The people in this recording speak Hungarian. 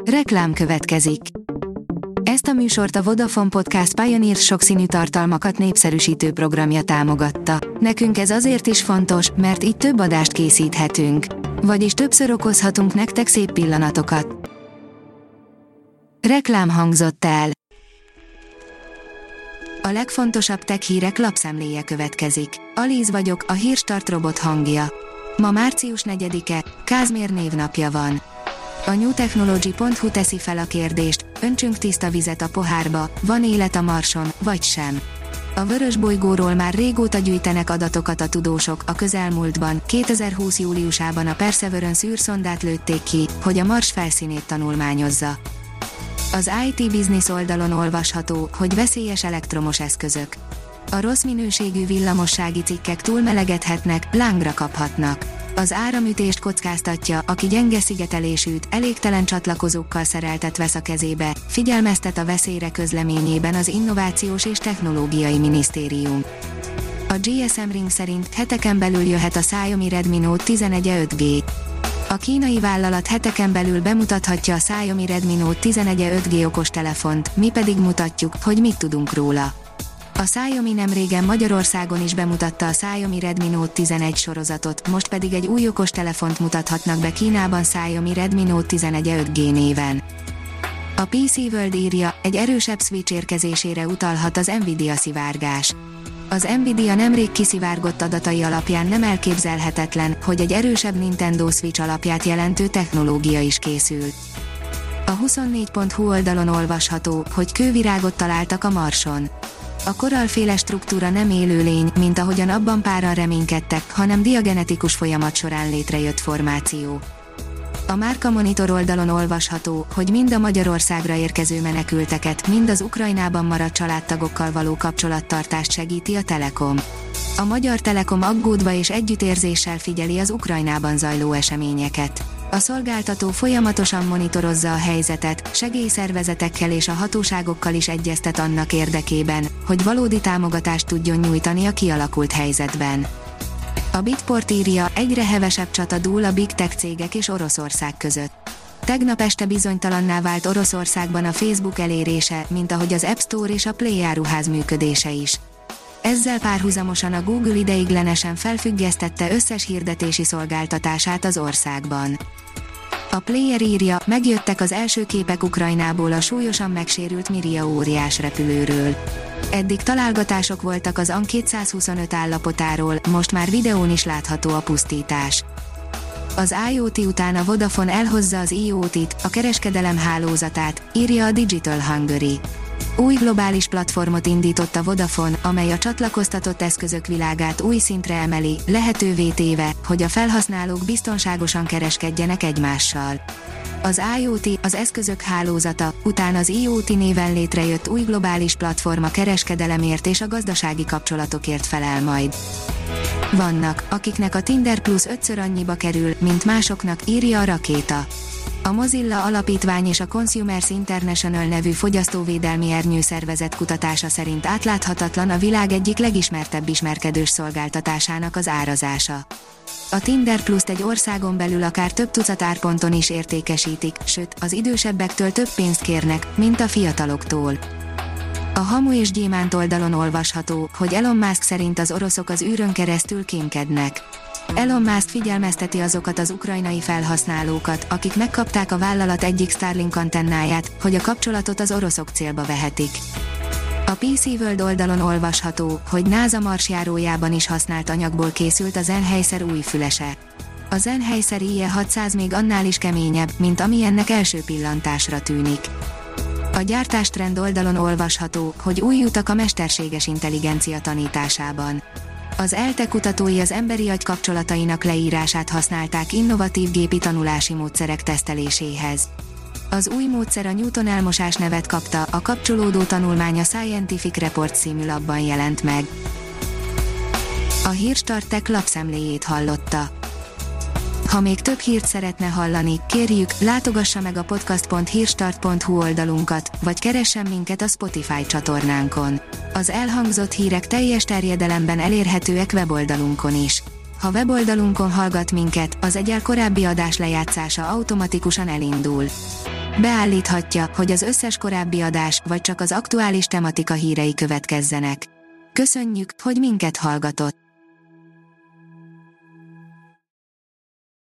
Reklám következik. Ezt a műsort a Vodafone Podcast Pioneer sokszínű tartalmakat népszerűsítő programja támogatta. Nekünk ez azért is fontos, mert így több adást készíthetünk. Vagyis többször okozhatunk nektek szép pillanatokat. Reklám hangzott el. A legfontosabb tech hírek lapszemléje következik. Alíz vagyok, a Hírstart robot hangja. Ma március 4-e, Kázmér névnapja van. A newtechnology.hu teszi fel a kérdést, öntsünk tiszta vizet a pohárba, van élet a Marson, vagy sem. A vörös bolygóról már régóta gyűjtenek adatokat a tudósok, a közelmúltban, 2020 júliusában a Perseverance űrszondát lőtték ki, hogy a Mars felszínét tanulmányozza. Az IT Business oldalon olvasható, hogy veszélyes elektromos eszközök. A rossz minőségű villamossági cikkek túlmelegedhetnek, lángra kaphatnak. Az áramütést kockáztatja, aki gyenge szigetelésűt, elégtelen csatlakozókkal szereltet vesz a kezébe, figyelmeztet a veszélyre közleményében az Innovációs és Technológiai Minisztérium. A GSM Ring szerint heteken belül jöhet a Xiaomi Redmi Note 11e 5G. A kínai vállalat heteken belül bemutathatja a Xiaomi Redmi Note 11e 5G okostelefont, mi pedig mutatjuk, hogy mit tudunk róla. A Xiaomi nemrégen Magyarországon is bemutatta a Xiaomi Redmi Note 11 sorozatot, most pedig egy új okostelefont mutathatnak be Kínában Xiaomi Redmi Note 11e 5G néven. A PC World írja, egy erősebb Switch érkezésére utalhat az Nvidia szivárgás. Az Nvidia nemrég kiszivárgott adatai alapján nem elképzelhetetlen, hogy egy erősebb Nintendo Switch alapját jelentő technológia is készül. A 24.hu oldalon olvasható, hogy kővirágot találtak a Marson. A korallféle struktúra nem élőlény, mint ahogyan abban páran reménykedtek, hanem diagenetikus folyamat során létrejött formáció. A Márka Monitor oldalon olvasható, hogy mind a Magyarországra érkező menekülteket, mind az Ukrajnában maradt családtagokkal való kapcsolattartást segíti a Telekom. A Magyar Telekom aggódva és együttérzéssel figyeli az Ukrajnában zajló eseményeket. A szolgáltató folyamatosan monitorozza a helyzetet, segélyszervezetekkel és a hatóságokkal is egyeztet annak érdekében, hogy valódi támogatást tudjon nyújtani a kialakult helyzetben. A Bitport írja, egyre hevesebb csata dúl a big tech cégek és Oroszország között. Tegnap este bizonytalanná vált Oroszországban a Facebook elérése, mint ahogy az App Store és a Play áruház működése is. Ezzel párhuzamosan a Google ideiglenesen felfüggesztette összes hirdetési szolgáltatását az országban. A Player írja, megjöttek az első képek Ukrajnából a súlyosan megsérült Miria óriás repülőről. Eddig találgatások voltak az An-225 állapotáról, most már videón is látható a pusztítás. Az IoT után a Vodafone elhozza az IoT-t, a kereskedelem hálózatát, írja a Digital Hungary. Új globális platformot indított a Vodafone, amely a csatlakoztatott eszközök világát új szintre emeli, lehetővé téve, hogy a felhasználók biztonságosan kereskedjenek egymással. Az IoT, az eszközök hálózata, után az IoT néven létrejött új globális platform a kereskedelemért és a gazdasági kapcsolatokért felel majd. Vannak, akiknek a Tinder Plus 5-ször annyiba kerül, mint másoknak, írja a Rakéta. A Mozilla Alapítvány és a Consumers International nevű fogyasztóvédelmi ernyőszervezet kutatása szerint átláthatatlan a világ egyik legismertebb ismerkedős szolgáltatásának az árazása. A Tinder Plus-t egy országon belül akár több tucat árponton is értékesítik, sőt, az idősebbektől több pénzt kérnek, mint a fiataloktól. A Hamu és Gyémánt oldalon olvasható, hogy Elon Musk szerint az oroszok az űrön keresztül kémkednek. Elon Musk figyelmezteti azokat az ukrajnai felhasználókat, akik megkapták a vállalat egyik Starlink antennáját, hogy a kapcsolatot az oroszok célba vehetik. A PC World oldalon olvasható, hogy NASA marsjárójában is használt anyagból készült a Sennheiser új fülese. A Sennheiser IE600 még annál is keményebb, mint amilyennek első pillantásra tűnik. A gyártástrend oldalon olvasható, hogy új utak a mesterséges intelligencia tanításában. Az ELTE kutatói az emberi agy kapcsolatainak leírását használták innovatív gépi tanulási módszerek teszteléséhez. Az új módszer a Newton elmosás nevet kapta, a kapcsolódó tanulmány a Scientific Reports című labban jelent meg. A Hírstart Tech lapszemléjét hallotta. Ha még több hírt szeretne hallani, kérjük, látogassa meg a podcast.hírstart.hu oldalunkat, vagy keressen minket a Spotify csatornánkon. Az elhangzott hírek teljes terjedelemben elérhetőek weboldalunkon is. Ha weboldalunkon hallgat minket, az egyel korábbi adás lejátszása automatikusan elindul. Beállíthatja, hogy az összes korábbi adás, vagy csak az aktuális tematika hírei következzenek. Köszönjük, hogy minket hallgatott!